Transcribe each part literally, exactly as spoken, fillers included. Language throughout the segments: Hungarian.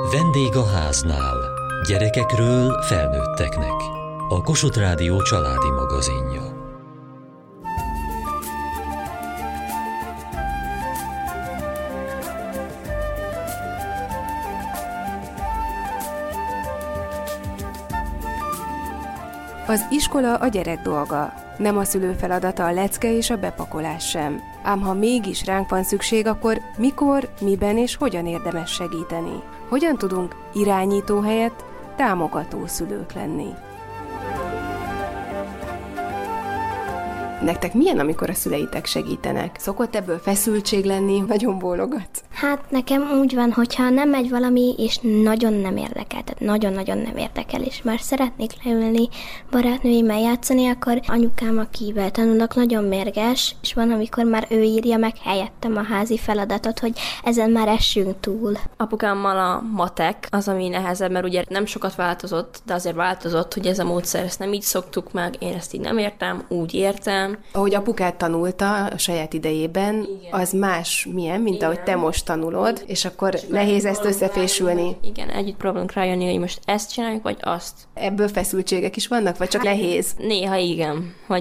Vendég a háznál. Gyerekekről felnőtteknek. A Kossuth Rádió családi magazinja. Az iskola a gyerek dolga, nem a szülő feladata a lecke és a bepakolás sem. Ám ha mégis ránk van szükség, akkor mikor, miben és hogyan érdemes segíteni? Hogyan tudunk irányító helyett támogató szülők lenni? Nektek milyen, amikor a szüleitek segítenek? Szokott ebből feszültség lenni, nagyon bólogat? Hát nekem úgy van, hogyha nem megy valami, és nagyon nem érdekel, tehát nagyon-nagyon nem érdekel, és már szeretnék leülni barátnőimmel játszani, akkor anyukám, akivel tanulok, nagyon mérges, és van, amikor már ő írja meg helyettem a házi feladatot, hogy ezen már essünk túl. Apukámmal a matek az, ami nehezebb, mert ugye nem sokat változott, de azért változott, hogy ez a módszer, ezt nem így szoktuk meg, én ezt így nem értem, úgy értem. Ahogy apukát tanulta a saját idejében, igen. Az más milyen, mint igen. Ahogy te most tanulod, és akkor és nehéz ezt összefésülni. Rájönni, igen, együtt próbálunk rájönni, hogy most ezt csináljuk, vagy azt. Ebből feszültségek is vannak, vagy csak hát, nehéz? Néha igen, hogy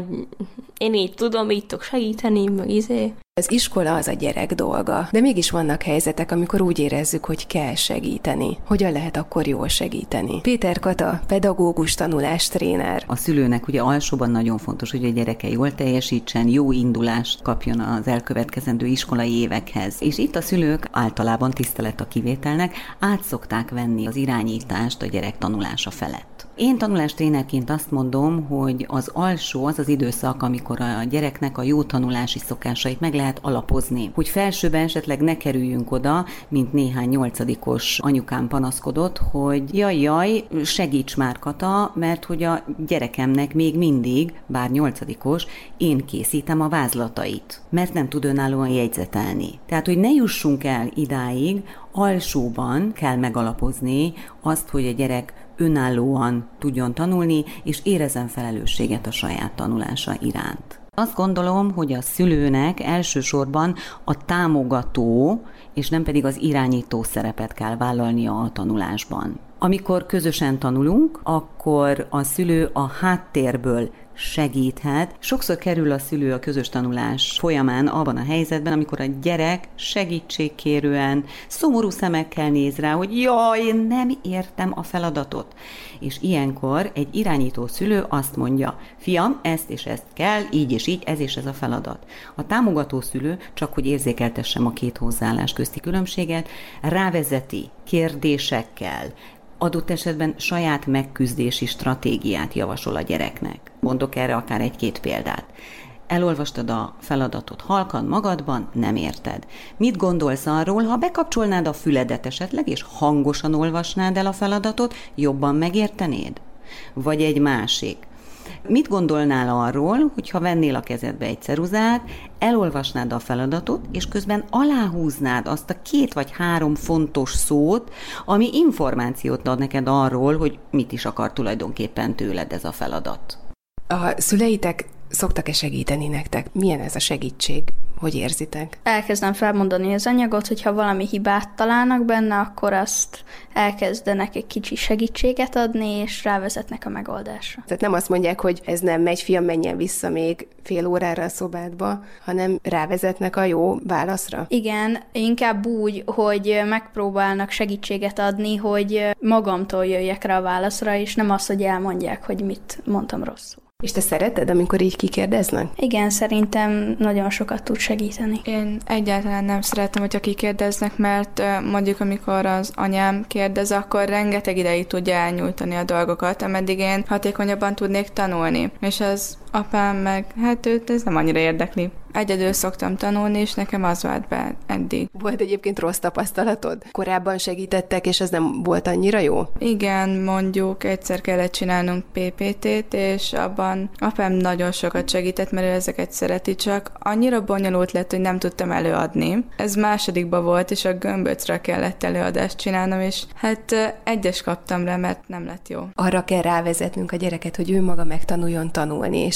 én így tudom, így tudok segíteni, meg izé. Az iskola az a gyerek dolga, de mégis vannak helyzetek, amikor úgy érezzük, hogy kell segíteni. Hogyan lehet akkor jól segíteni? Péter Kata, pedagógus, tanulástréner. A szülőnek ugye alsóban nagyon fontos, hogy a gyereke jól teljesítsen, jó indulást kapjon az elkövetkezendő iskolai évekhez. És itt a szülők általában, tisztelet a kivételnek, át szokták venni az irányítást a gyerek tanulása felett. Én tanulástrénerként azt mondom, hogy az alsó az az időszak, amikor a gyereknek a jó tanulási szokásait meg lehet alapozni. Hogy felsőben esetleg ne kerüljünk oda, mint néhány nyolcadikos anyukám panaszkodott, hogy jaj, jaj, segíts már Kata, mert hogy a gyerekemnek még mindig, bár nyolcadikos, én készítem a vázlatait, mert nem tud önállóan jegyzetelni. Tehát, hogy ne jussunk el idáig, alsóban kell megalapozni azt, hogy a gyerek önállóan tudjon tanulni, és érezzen felelősséget a saját tanulása iránt. Azt gondolom, hogy a szülőnek elsősorban a támogató, és nem pedig az irányító szerepet kell vállalnia a tanulásban. Amikor közösen tanulunk, akkor a szülő a háttérből segíthet. Sokszor kerül a szülő a közös tanulás folyamán abban a helyzetben, amikor a gyerek segítségkérően, szomorú szemekkel néz rá, hogy jaj, én nem értem a feladatot. És ilyenkor egy irányító szülő azt mondja, fiam, ezt és ezt kell, így és így, ez és ez a feladat. A támogató szülő, csak hogy érzékeltessem a két hozzáállás közti különbséget, rávezeti kérdésekkel, adott esetben saját megküzdési stratégiát javasol a gyereknek. Mondok erre akár egy-két példát. Elolvastad a feladatot halkan magadban, nem érted. Mit gondolsz arról, ha bekapcsolnád a füledet esetleg, és hangosan olvasnád el a feladatot, jobban megértenéd? Vagy egy másik. Mit gondolnál arról, hogyha vennél a kezedbe egy ceruzát, elolvasnád a feladatot, és közben aláhúznád azt a két vagy három fontos szót, ami információt ad neked arról, hogy mit is akar tulajdonképpen tőled ez a feladat. A szüleitek szoktak-e segíteni nektek? Milyen ez a segítség? Hogy érzitek? Elkezdem felmondani az anyagot, hogyha valami hibát találnak benne, akkor azt elkezdenek egy kicsi segítséget adni, és rávezetnek a megoldásra. Tehát nem azt mondják, hogy ez nem megy, fiam, menjen vissza még fél órára a szobádba, hanem rávezetnek a jó válaszra? Igen, inkább úgy, hogy megpróbálnak segítséget adni, hogy magamtól jöjjek rá a válaszra, és nem az, hogy elmondják, hogy mit mondtam rosszul. És te szereted, amikor így kikérdeznek? Igen, szerintem nagyon sokat tud segíteni. Én egyáltalán nem szeretem, hogyha kikérdeznek, mert mondjuk amikor az anyám kérdez, akkor rengeteg ideig tudja elnyújtani a dolgokat, ameddig én hatékonyabban tudnék tanulni. És az apám meg, hát őt ez nem annyira érdekli. Egyedül szoktam tanulni, és nekem az vált be eddig. Volt egyébként rossz tapasztalatod? Korábban segítettek, és ez nem volt annyira jó? Igen, mondjuk egyszer kellett csinálnunk pé pé té-t, és abban apám nagyon sokat segített, mert ő ezeket szereti, csak annyira bonyolult lett, hogy nem tudtam előadni. Ez másodikban volt, és a gömböcre kellett előadást csinálnom, és hát egyes kaptam rá, mert nem lett jó. Arra kell rávezetnünk a gyereket, hogy ő maga megtanuljon tanulni, és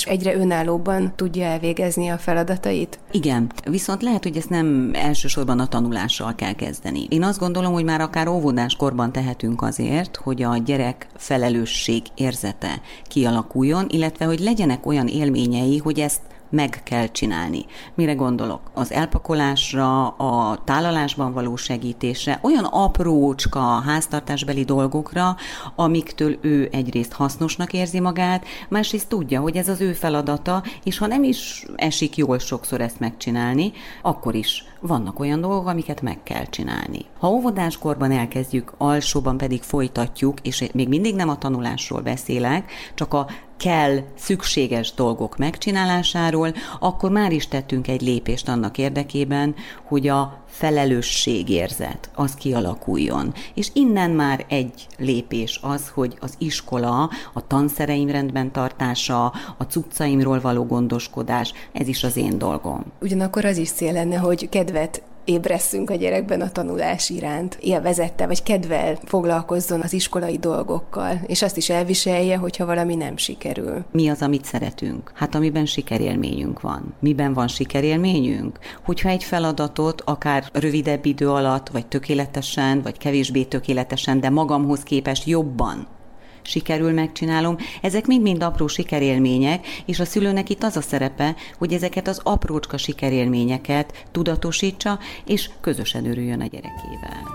egyre önállóbban tudja elvégezni a feladatait? Igen, viszont lehet, hogy ezt nem elsősorban a tanulással kell kezdeni. Én azt gondolom, hogy már akár óvodás korban tehetünk azért, hogy a gyerek felelősség érzete kialakuljon, illetve hogy legyenek olyan élményei, hogy ezt meg kell csinálni. Mire gondolok? Az elpakolásra, a tálalásban való segítésre, olyan aprócska háztartásbeli dolgokra, amiktől ő egyrészt hasznosnak érzi magát, másrészt tudja, hogy ez az ő feladata, és ha nem is esik jól sokszor ezt megcsinálni, akkor is vannak olyan dolgok, amiket meg kell csinálni. Ha óvodáskorban elkezdjük, alsóban pedig folytatjuk, és még mindig nem a tanulásról beszélek, csak a kell, szükséges dolgok megcsinálásáról, akkor már is tettünk egy lépést annak érdekében, hogy a felelősségérzet az kialakuljon. És innen már egy lépés az, hogy az iskola, a tanszereim rendben tartása, a cuccaimról való gondoskodás, ez is az én dolgom. Ugyanakkor az is cél lenne, hogy kedvet ébresszünk a gyerekben a tanulás iránt, élvezette, vagy kedvel foglalkozzon az iskolai dolgokkal, és azt is elviselje, hogyha valami nem sikerül. Mi az, amit szeretünk? Hát amiben sikerélményünk van. Miben van sikerélményünk? Hogyha egy feladatot akár rövidebb idő alatt, vagy tökéletesen, vagy kevésbé tökéletesen, de magamhoz képest jobban sikerül megcsinálom, ezek mind-mind apró sikerélmények, és a szülőnek itt az a szerepe, hogy ezeket az aprócska sikerélményeket tudatosítsa, és közösen örüljön a gyerekével.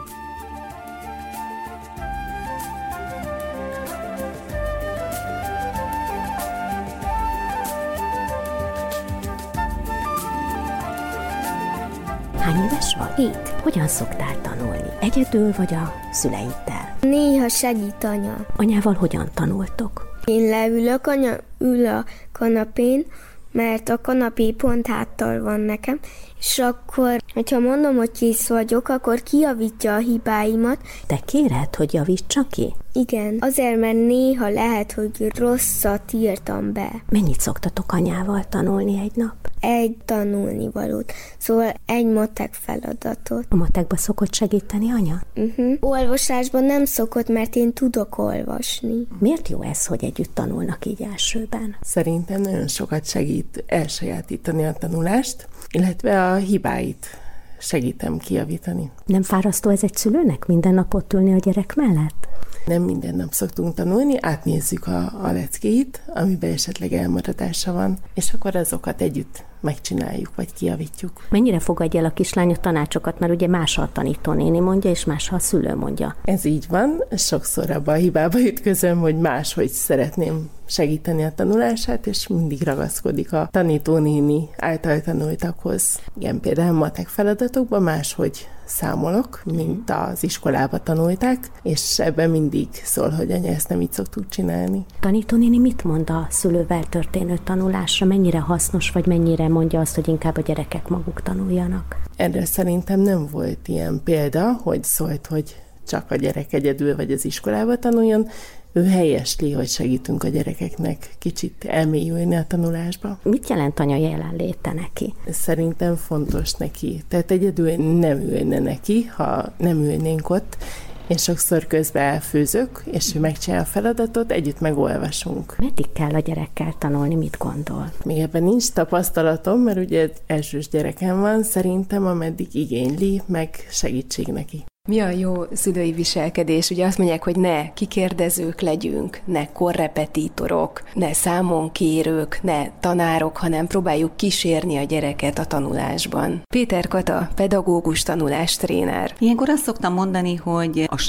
Hány éves vagy? Hét. Hogyan szoktál tanulni? Egyedül vagy a szüleiddel? Néha segít anya. Anyával hogyan tanultok? Én leülök, anya ül a kanapén, mert a kanapé pont háttal van nekem, és akkor, hogyha mondom, hogy kész vagyok, akkor kijavítja a hibáimat. Te kéred, hogy javítsa ki? Igen, azért, mert néha lehet, hogy rosszat írtam be. Mennyit szoktatok anyával tanulni egy nap? Egy tanulnivalót, szóval egy matek feladatot. A matekba szokott segíteni anya? Uh-huh. Olvasásban nem szokott, mert én tudok olvasni. Miért jó ez, hogy együtt tanulnak így elsőben? Szerintem nagyon sokat segít elsajátítani a tanulást, illetve a hibáit segítem kijavítani. Nem fárasztó ez egy szülőnek minden nap ott ülni a gyerek mellett? Nem minden nap szoktunk tanulni, átnézzük a, a leckéit, amiben esetleg elmaradása van, és akkor azokat együtt megcsináljuk, vagy kijavítjuk. Mennyire fogadja el a kislány a tanácsokat, mert ugye más a tanítónéni mondja, és más a szülő mondja. Ez így van, sokszor abba a hibába ütközöm, hogy máshogy szeretném segíteni a tanulását, és mindig ragaszkodik a tanítónéni által tanultakhoz. Igen, például matek feladatokban máshogy számolok, mint az iskolába tanulták, és ebben mindig szól, hogy anya, ezt nem így szoktuk csinálni. Tanítónéni mit mond a szülővel történő tanulásra? Mennyire hasznos, vagy mennyire mondja azt, hogy inkább a gyerekek maguk tanuljanak? Erre szerintem nem volt ilyen példa, hogy szólt, hogy csak a gyerek egyedül vagy az iskolába tanuljon. Ő helyesli, hogy segítünk a gyerekeknek kicsit elmélyülni a tanulásba. Mit jelent anya jelenléte neki? Szerintem fontos neki. Tehát egyedül nem ülne neki, ha nem ülnénk ott. Én sokszor közben elfőzök, és ő megcsinál a feladatot, együtt megolvasunk. Meddig kell a gyerekkel tanulni, mit gondol? Még ebben nincs tapasztalatom, mert ugye elsős gyerekem van, szerintem ameddig igényli, meg segítség neki. Mi a jó szülői viselkedés? Ugye azt mondják, hogy ne kikérdezők legyünk, ne korrepetítorok, ne számonkérők, ne tanárok, hanem próbáljuk kísérni a gyereket a tanulásban. Péter Kata, pedagógus tanulástréner. Ilyenkor azt szoktam mondani, hogy a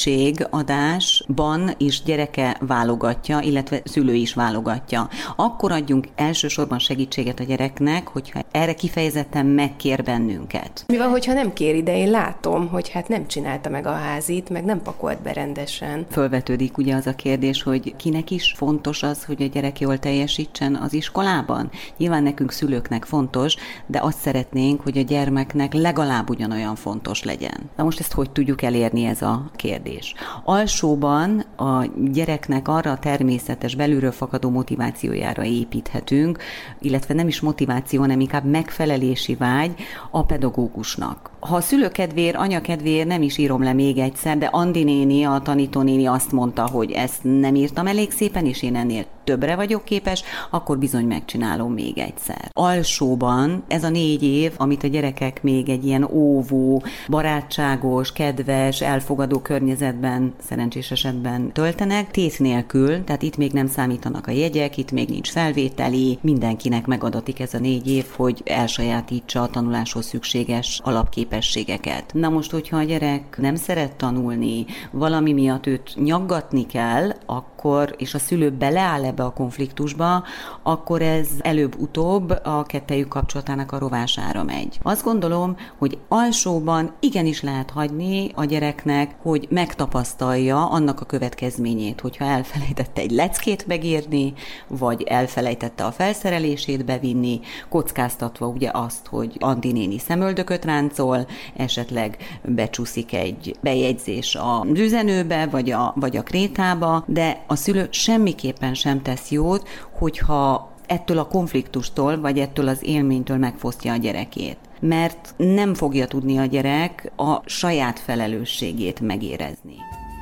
segítségadásban is gyereke válogatja, illetve szülő is válogatja. Akkor adjunk elsősorban segítséget a gyereknek, hogyha erre kifejezetten megkér bennünket. Mi van, hogyha nem kéri, de én látom, hogy hát nem nem csinálta meg a házit, meg nem pakolt be rendesen. Fölvetődik ugye az a kérdés, hogy kinek is fontos az, hogy a gyerek jól teljesítsen az iskolában? Nyilván nekünk szülőknek fontos, de azt szeretnénk, hogy a gyermeknek legalább ugyanolyan fontos legyen. Na most ezt hogy tudjuk elérni, ez a kérdés? Alsóban a gyereknek arra a természetes, belülről fakadó motivációjára építhetünk, illetve nem is motiváció, hanem inkább megfelelési vágy a pedagógusnak. Ha a szülő kedvéért, anya kedvéért nem is írom le még egyszer, de Andi néni, a tanítónéni azt mondta, hogy ezt nem írtam elég szépen, és én ennél többre vagyok képes, akkor bizony megcsinálom még egyszer. Alsóban ez a négy év, amit a gyerekek még egy ilyen óvó, barátságos, kedves, elfogadó környezetben, szerencsés esetben töltenek, tét nélkül, tehát itt még nem számítanak a jegyek, itt még nincs felvételi, mindenkinek megadatik ez a négy év, hogy elsajátítsa a tanuláshoz szükséges alapképességeket. Na most, hogyha a gyerek nem szeret tanulni, valami miatt őt nyaggatni kell, akkor, és a szülő beleáll ebbe a konfliktusba, akkor ez előbb-utóbb a kettejük kapcsolatának a rovására megy. Azt gondolom, hogy alsóban igenis lehet hagyni a gyereknek, hogy megtapasztalja annak a következményét, hogyha elfelejtette egy leckét megírni, vagy elfelejtette a felszerelését bevinni, kockáztatva ugye azt, hogy Andi néni szemöldököt ráncol, esetleg becsúszik egy bejegyzés a üzenőbe, vagy a, vagy a krétába, de a szülő semmiképpen sem tesz jót, hogyha ettől a konfliktustól, vagy ettől az élménytől megfosztja a gyerekét. Mert nem fogja tudni a gyerek a saját felelősségét megérezni.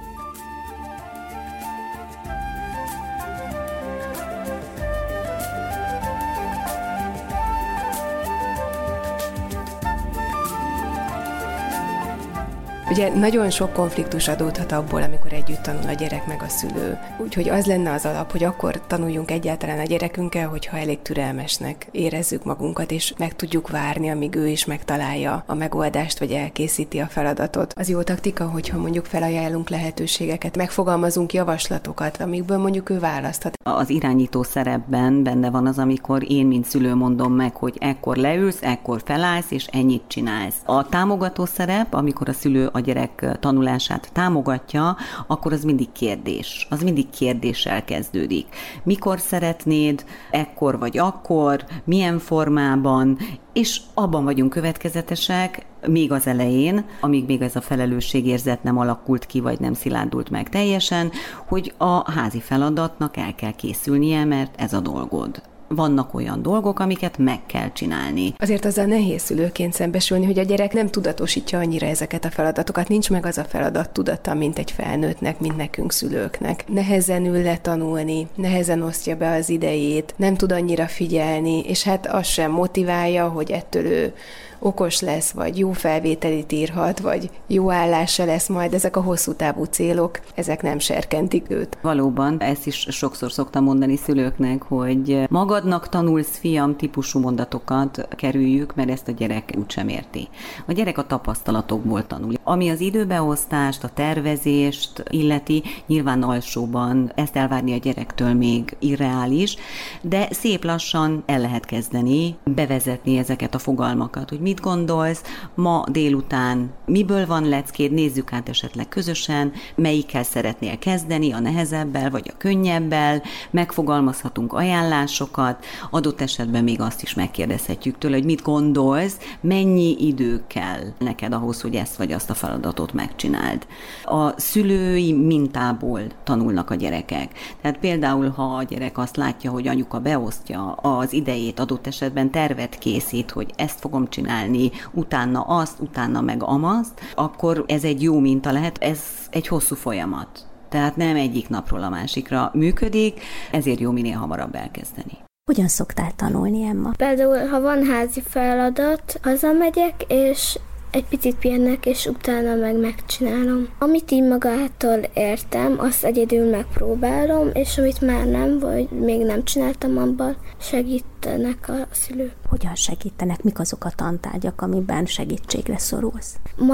Ugye nagyon sok konfliktus adódhat abból, amikor együtt tanul a gyerek meg a szülő. Úgyhogy az lenne az alap, hogy akkor tanuljunk egyáltalán a gyerekünkkel, hogyha elég türelmesnek érezzük magunkat, és meg tudjuk várni, amíg ő is megtalálja a megoldást, vagy elkészíti a feladatot. Az jó taktika, hogyha mondjuk felajánlunk lehetőségeket, megfogalmazunk javaslatokat, amikből mondjuk ő választhat. Az irányító szerepben benne van az, amikor én, mint szülő mondom meg, hogy ekkor leülsz, ekkor felállsz, és ennyit csinálsz. A támogató szerep, amikor a szülő a gyerek tanulását támogatja, akkor az mindig kérdés. Az mindig kérdéssel kezdődik. Mikor szeretnéd, ekkor vagy akkor, milyen formában, és abban vagyunk következetesek, még az elején, amíg még ez a felelősségérzet nem alakult ki, vagy nem szilárdult meg teljesen, hogy a házi feladatnak el kell készülnie, mert ez a dolgod. Vannak olyan dolgok, amiket meg kell csinálni. Azért azzal nehéz szülőként szembesülni, hogy a gyerek nem tudatosítja annyira ezeket a feladatokat. Nincs meg az a feladat tudata, mint egy felnőttnek, mint nekünk szülőknek. Nehezen ül le tanulni, nehezen osztja be az idejét, nem tud annyira figyelni, és hát az sem motiválja, hogy ettől ő okos lesz, vagy jó felvételit írhat, vagy jó állása lesz majd, ezek a hosszú távú célok, ezek nem serkentik őt. Valóban, ezt is sokszor szoktam mondani szülőknek, hogy magadnak tanulsz, fiam, típusú mondatokat kerüljük, mert ezt a gyerek úgysem érti. A gyerek a tapasztalatokból tanul. Ami az időbeosztást, a tervezést illeti, nyilván alsóban ezt elvárni a gyerektől még irreális, de szép lassan el lehet kezdeni, bevezetni ezeket a fogalmakat, hogy mit gondolsz, ma délután miből van leckéd, nézzük át esetleg közösen, melyikkel szeretnél kezdeni, a nehezebbel vagy a könnyebbel, megfogalmazhatunk ajánlásokat, adott esetben még azt is megkérdezhetjük tőle, hogy mit gondolsz, mennyi idő kell neked ahhoz, hogy ezt vagy azt a feladatot megcsináld. A szülői mintából tanulnak a gyerekek. Tehát például, ha a gyerek azt látja, hogy anyuka beosztja az idejét, adott esetben tervet készít, hogy ezt fogom csinálni, utána azt, utána meg amazt, akkor ez egy jó minta lehet, ez egy hosszú folyamat. Tehát nem egyik napról a másikra működik, ezért jó minél hamarabb elkezdeni. Hogyan szoktál tanulni, Emma? Például, ha van házi feladat, hazamegyek, és egy picit pihennek, és utána meg megcsinálom. Amit így magától értem, azt egyedül megpróbálom, és amit már nem, vagy még nem csináltam, abban segítenek a szülők. Hogyan segítenek? Mik azok a tantárgyak, amiben segítségre szorulsz?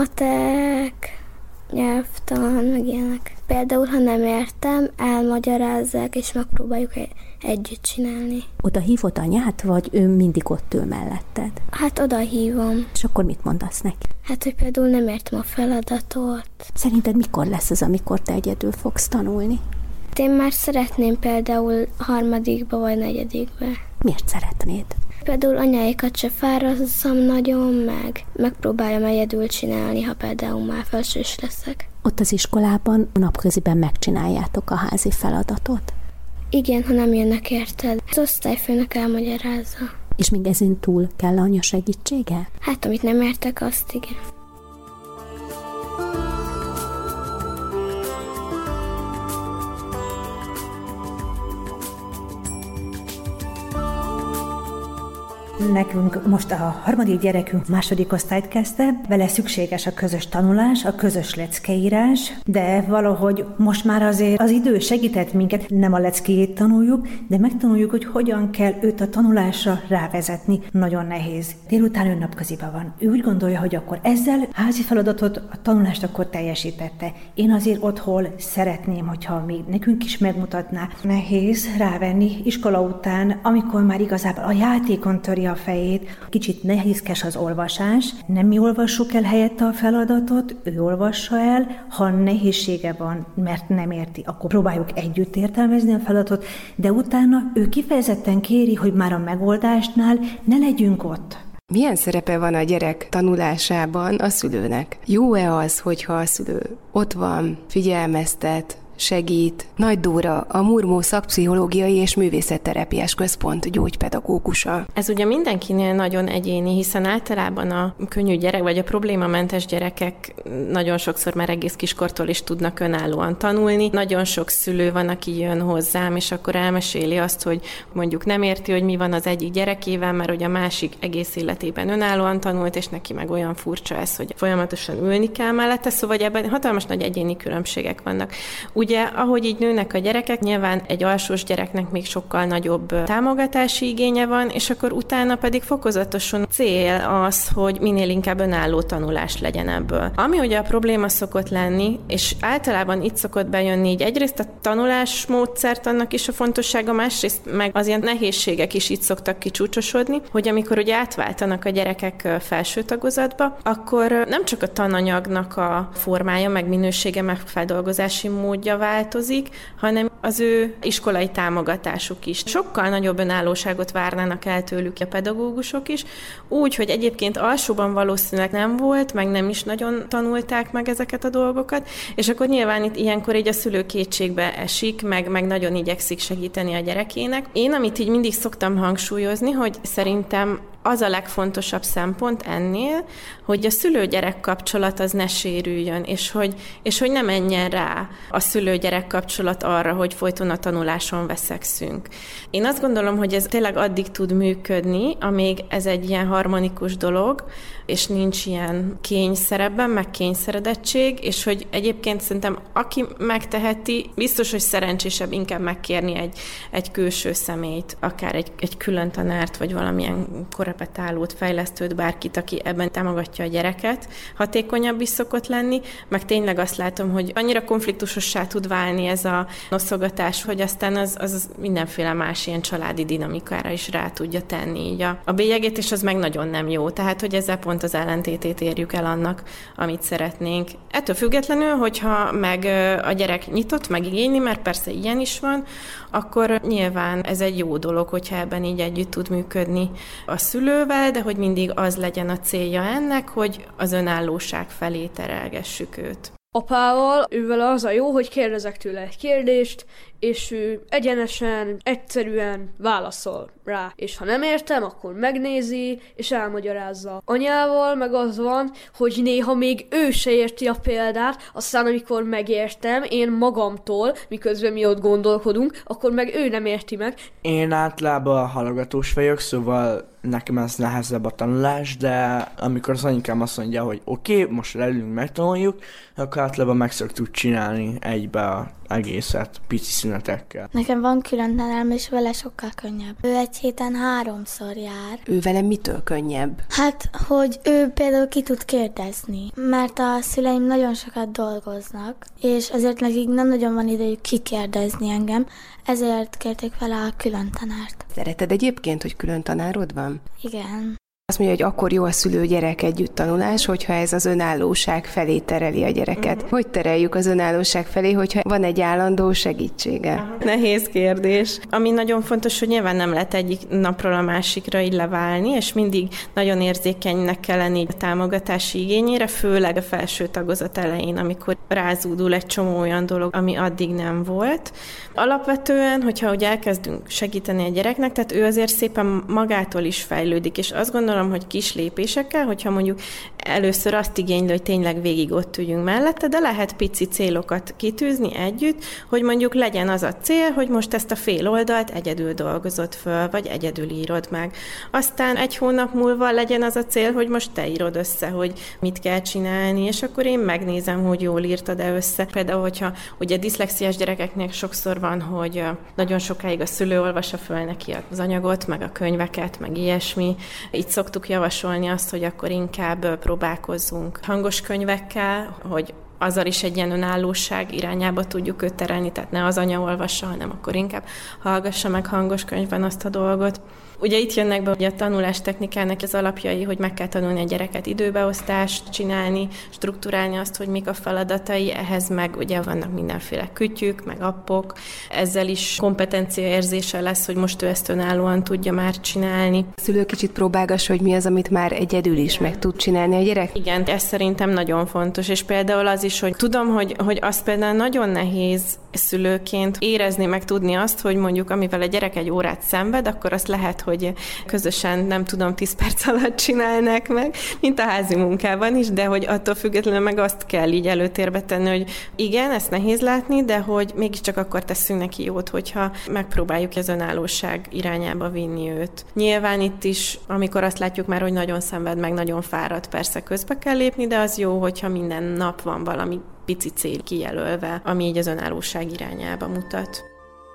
Matek, nyelvtan, meg ilyenek. Például, ha nem értem, elmagyarázzák, és megpróbáljuk együtt csinálni. Oda hívod anyát, vagy ő mindig ott ül melletted? Hát oda hívom. És akkor mit mondasz neki? Hát, hogy például nem értem a feladatot. Szerinted mikor lesz az, amikor te egyedül fogsz tanulni? Én már szeretném például harmadikba vagy negyedikbe. Miért szeretnéd? Például anyáikat se fárazzam nagyon, meg megpróbáljam egyedül csinálni, ha például már felsős leszek. Ott az iskolában napköziben megcsináljátok a házi feladatot? Igen, ha nem jönnek érted. Az osztályfőnök elmagyarázza. És még ezen túl kell anya segítsége? Hát, amit nem értek, azt igen. Nekünk most a harmadik gyerekünk második osztályt kezdte, vele szükséges a közös tanulás, a közös leckeírás, de valahogy most már azért az idő segített minket, nem a leckéjét tanuljuk, de megtanuljuk, hogy hogyan kell őt a tanulásra rávezetni. Nagyon nehéz. Délután ő napköziben van. Ő úgy gondolja, hogy akkor ezzel házi feladatot, a tanulást akkor teljesítette. Én azért otthon szeretném, hogyha még nekünk is megmutatná. Nehéz rávenni iskola után, amikor már igazából a játékon töri a fejét. Kicsit nehézkes az olvasás. Nem mi olvassuk el helyette a feladatot, ő olvassa el. Ha nehézsége van, mert nem érti, akkor próbáljuk együtt értelmezni a feladatot, de utána ő kifejezetten kéri, hogy már a megoldásnál ne legyünk ott. Milyen szerepe van a gyerek tanulásában a szülőnek? Jó-e az, hogyha a szülő ott van, figyelmeztet, segít? Nagy Dóra, a Murmó Szakpszichológiai és Művészetterápiás Központ gyógypedagógusa. Ez ugye mindenkinél nagyon egyéni, hiszen általában a könnyű gyerek, vagy a problémamentes gyerekek nagyon sokszor már egész kiskortól is tudnak önállóan tanulni. Nagyon sok szülő van, aki jön hozzám, és akkor elmeséli azt, hogy mondjuk nem érti, hogy mi van az egyik gyerekével, mert hogy a másik egész életében önállóan tanult, és neki meg olyan furcsa ez, hogy folyamatosan ülni kell mellette, szóval ebben hatalmas nagy egyéni különbségek vannak. Ugye, ahogy így nőnek a gyerekek, nyilván egy alsós gyereknek még sokkal nagyobb támogatási igénye van, és akkor utána pedig fokozatosan cél az, hogy minél inkább önálló tanulás legyen ebből. Ami ugye a probléma szokott lenni, és általában itt szokott bejönni így egyrészt a tanulás módszert, annak is a fontossága, másrészt meg az ilyen nehézségek is itt szoktak kicsúcsosodni, hogy amikor ugye átváltanak a gyerekek felső tagozatba, akkor nem csak a tananyagnak a formája, meg minősége, meg feldolgozási módja változik, hanem az ő iskolai támogatásuk is. Sokkal nagyobb önállóságot várnának el tőlük a pedagógusok is, úgy, hogy egyébként alsóban valószínűleg nem volt, meg nem is nagyon tanulták meg ezeket a dolgokat, és akkor nyilván itt ilyenkor így a szülő kétségbe esik, meg, meg nagyon igyekszik segíteni a gyerekének. Én, amit így mindig szoktam hangsúlyozni, hogy szerintem az a legfontosabb szempont ennél, hogy a szülő-gyerek kapcsolat az ne sérüljön, és hogy, és hogy ne menjen rá a szülő-gyerek kapcsolat arra, hogy folyton a tanuláson veszekszünk. Én azt gondolom, hogy ez tényleg addig tud működni, amíg ez egy ilyen harmonikus dolog, és nincs ilyen kényszerebben, meg kényszeredettség, és hogy egyébként szerintem aki megteheti, biztos, hogy szerencsésebb inkább megkérni egy, egy külső személyt, akár egy, egy külön tanárt, vagy valamilyen korepetálót, fejlesztőt, bárkit, aki ebben támogatja a gyereket, hatékonyabb is szokott lenni, meg tényleg azt látom, hogy annyira konfliktusossá tud válni ez a noszogatás, hogy aztán az, az mindenféle más ilyen családi dinamikára is rá tudja tenni így a, a bélyegét, és az meg nagyon nem jó. Tehát, hogy ezzel pont az ellentétét érjük el annak, amit szeretnénk. Ettől függetlenül, hogyha meg a gyerek nyitott, meg igényli, mert persze ilyen is van, akkor nyilván ez egy jó dolog, hogyha ebben így együtt tud működni a szülővel, de hogy mindig az legyen a célja ennek, hogy az önállóság felé terelgessük őt. Apával, ővel az a jó, hogy kérdezek tőle egy kérdést, és ő egyenesen, egyszerűen válaszol rá. És ha nem értem, akkor megnézi, és elmagyarázza. Anyával meg az van, hogy néha még ő se érti a példát, aztán amikor megértem, én magamtól, miközben mi ott gondolkodunk, akkor meg ő nem érti meg. Én általában hallgatós vagyok, szóval nekem ez nehezebb a tanulás, de amikor az anyukám azt mondja, hogy oké, okay, most leülünk, megtanuljuk, akkor általában meg szoktuk csinálni egybe a egészet, pici szünetekkel. Nekem van külön tanárm, és vele sokkal könnyebb. Ő egy héten háromszor jár. Ő vele mitől könnyebb? Hát, hogy ő például ki tud kérdezni, mert a szüleim nagyon sokat dolgoznak, és azért nekik nem nagyon van idejük kikérdezni engem, ezért kérték vele a külön tanárt. Szereted egyébként, hogy külön tanárod van? Igen. Azt mondja, hogy akkor jó a szülő-gyerek együtt tanulás, hogyha ez az önállóság felé tereli a gyereket. Uh-huh. Hogy tereljük az önállóság felé, hogyha van egy állandó segítsége? Uh-huh. Nehéz kérdés. Ami nagyon fontos, hogy nyilván nem lehet egyik napról a másikra így leválni, és mindig nagyon érzékenynek kell lenni a támogatási igényére, főleg a felső tagozat elején, amikor rázúdul egy csomó olyan dolog, ami addig nem volt. Alapvetően, hogyha ugye elkezdünk segíteni a gyereknek, tehát ő azért szépen magától is fejlődik, és azt gondolom, hogy kis lépésekkel, hogyha mondjuk először azt igényli, hogy tényleg végig ott üljünk mellette, de lehet pici célokat kitűzni együtt, hogy mondjuk legyen az a cél, hogy most ezt a fél oldalt egyedül dolgozott föl, vagy egyedül írod meg. Aztán egy hónap múlva legyen az a cél, hogy most te írod össze, hogy mit kell csinálni, és akkor én megnézem, hogy jól írtad-e össze. Például, hogyha ugye diszlexiás gyerekeknek sokszor van, hogy nagyon sokáig a szülő olvassa föl neki az anyagot, meg a könyveket, meg ilyesmi. Így szoktuk javasolni azt, hogy akkor inkább próbálkozzunk hangos könyvekkel, hogy azzal is egy ilyen önállóság irányába tudjuk őt terelni, tehát ne az anya olvassa, hanem akkor inkább hallgassa meg hangos könyvben azt a dolgot. Ugye itt jönnek be ugye a tanulás technikának az alapjai, hogy meg kell tanulni a gyereket időbeosztást csinálni, strukturálni azt, hogy mik a feladatai, ehhez meg ugye vannak mindenféle kütyük, meg appok, ezzel is kompetenciaérzése lesz, hogy most ő ezt önállóan tudja már csinálni. A szülő kicsit próbálgassa, hogy mi az, amit már egyedül is meg tud csinálni a gyerek? Igen, ez szerintem nagyon fontos, és például az is, hogy tudom, hogy, hogy az például nagyon nehéz szülőként érezni, meg tudni azt, hogy mondjuk amivel a gyerek egy órát szenved, akkor azt lehet, hogy közösen, nem tudom, tíz perc alatt csinálnak meg, mint a házi munkában is, de hogy attól függetlenül meg azt kell így előtérbe tenni, hogy igen, ezt nehéz látni, de hogy mégiscsak akkor teszünk neki jót, hogyha megpróbáljuk az önállóság irányába vinni őt. Nyilván itt is, amikor azt látjuk már, hogy nagyon szenved, meg nagyon fáradt, persze közbe kell lépni, de az jó, hogyha minden nap van valami pici cél kijelölve, ami így az önállóság irányába mutat.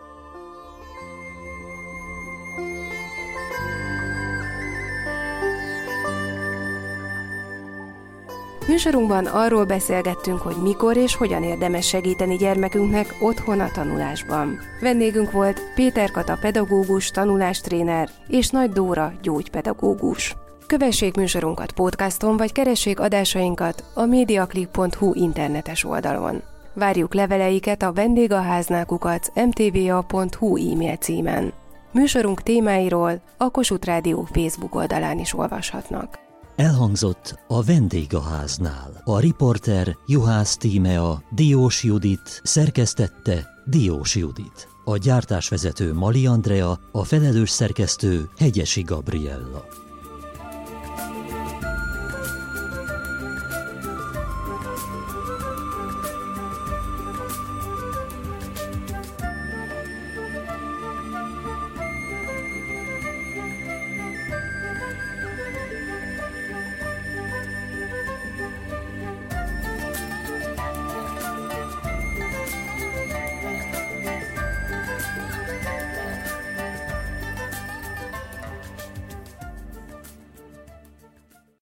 Műsorunkban arról beszélgettünk, hogy mikor és hogyan érdemes segíteni gyermekünknek otthon a tanulásban. Vendégünk volt Péter Kata pedagógus, tanulástréner és Nagy Dóra gyógypedagógus. Kövessék műsorunkat podcaston, vagy keressék adásainkat a mediaclick pont hu internetes oldalon. Várjuk leveleiket a vendégháznál kukac em té vé á pont hu e-mail címen. Műsorunk témáiról a Kossuth Rádió Facebook oldalán is olvashatnak. Elhangzott a Vendégháznál. A riporter Juhász Tímea, Diós Judit, szerkesztette Diós Judit. A gyártásvezető Mali Andrea, a felelős szerkesztő Hegyesi Gabriella.